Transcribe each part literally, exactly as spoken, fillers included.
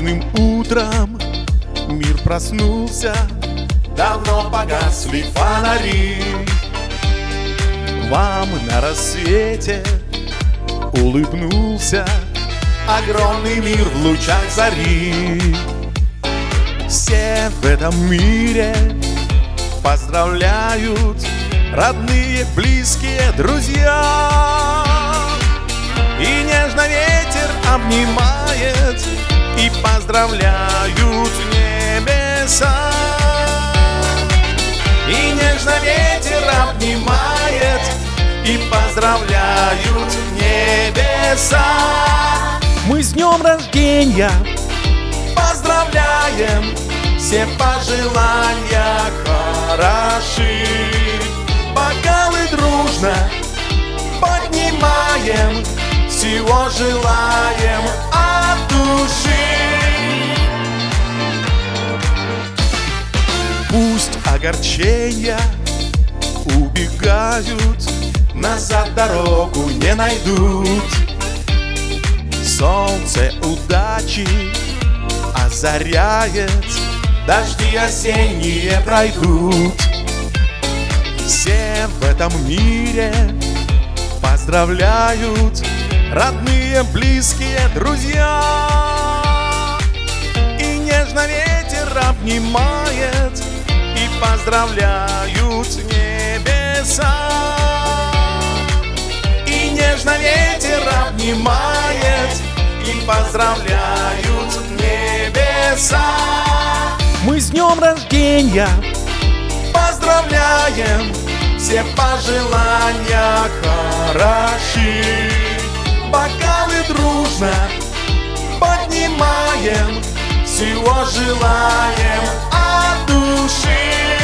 Солнечным утром мир проснулся, давно погасли фонари. Вам на рассвете улыбнулся огромный мир в лучах зари. Все в этом мире поздравляют родные, близкие, друзья. И нежно ветер обнимает, и поздравляют небеса. И нежно ветер обнимает, и поздравляют небеса. Мы с днем рождения поздравляем, все пожелания хороши. Бокалы дружно поднимаем, всего желаем от души. Пусть огорчения убегают, назад дорогу не найдут. Солнце удачи озаряет, дожди осенние пройдут. Все в этом мире поздравляют родные, близкие, друзья. И нежно ветер обнимает, и поздравляют небеса. И нежно ветер обнимает, и поздравляют небеса. Мы с днем рождения поздравляем, все пожелания хороши. Бокалы дружно поднимаем, всего желаем от души.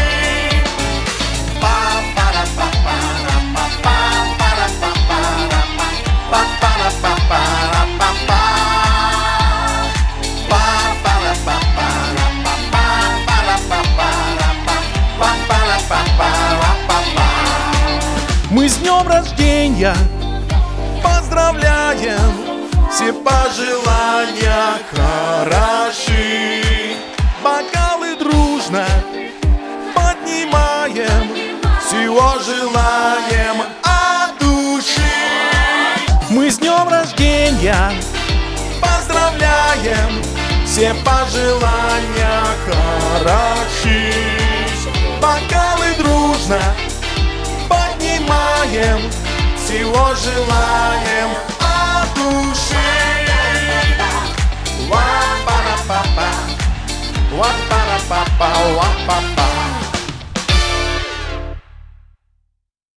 Мы с днем рождения поздравляем, все пожелания хороши. Бокалы дружно поднимаем, всего желаем от души. Мы с днем рождения поздравляем, все пожелания хороши. Бокалы дружно поднимаем, всего желаем от души. Ва-па-ра-па-па, ва-па-ра-па-па, ва-па-па.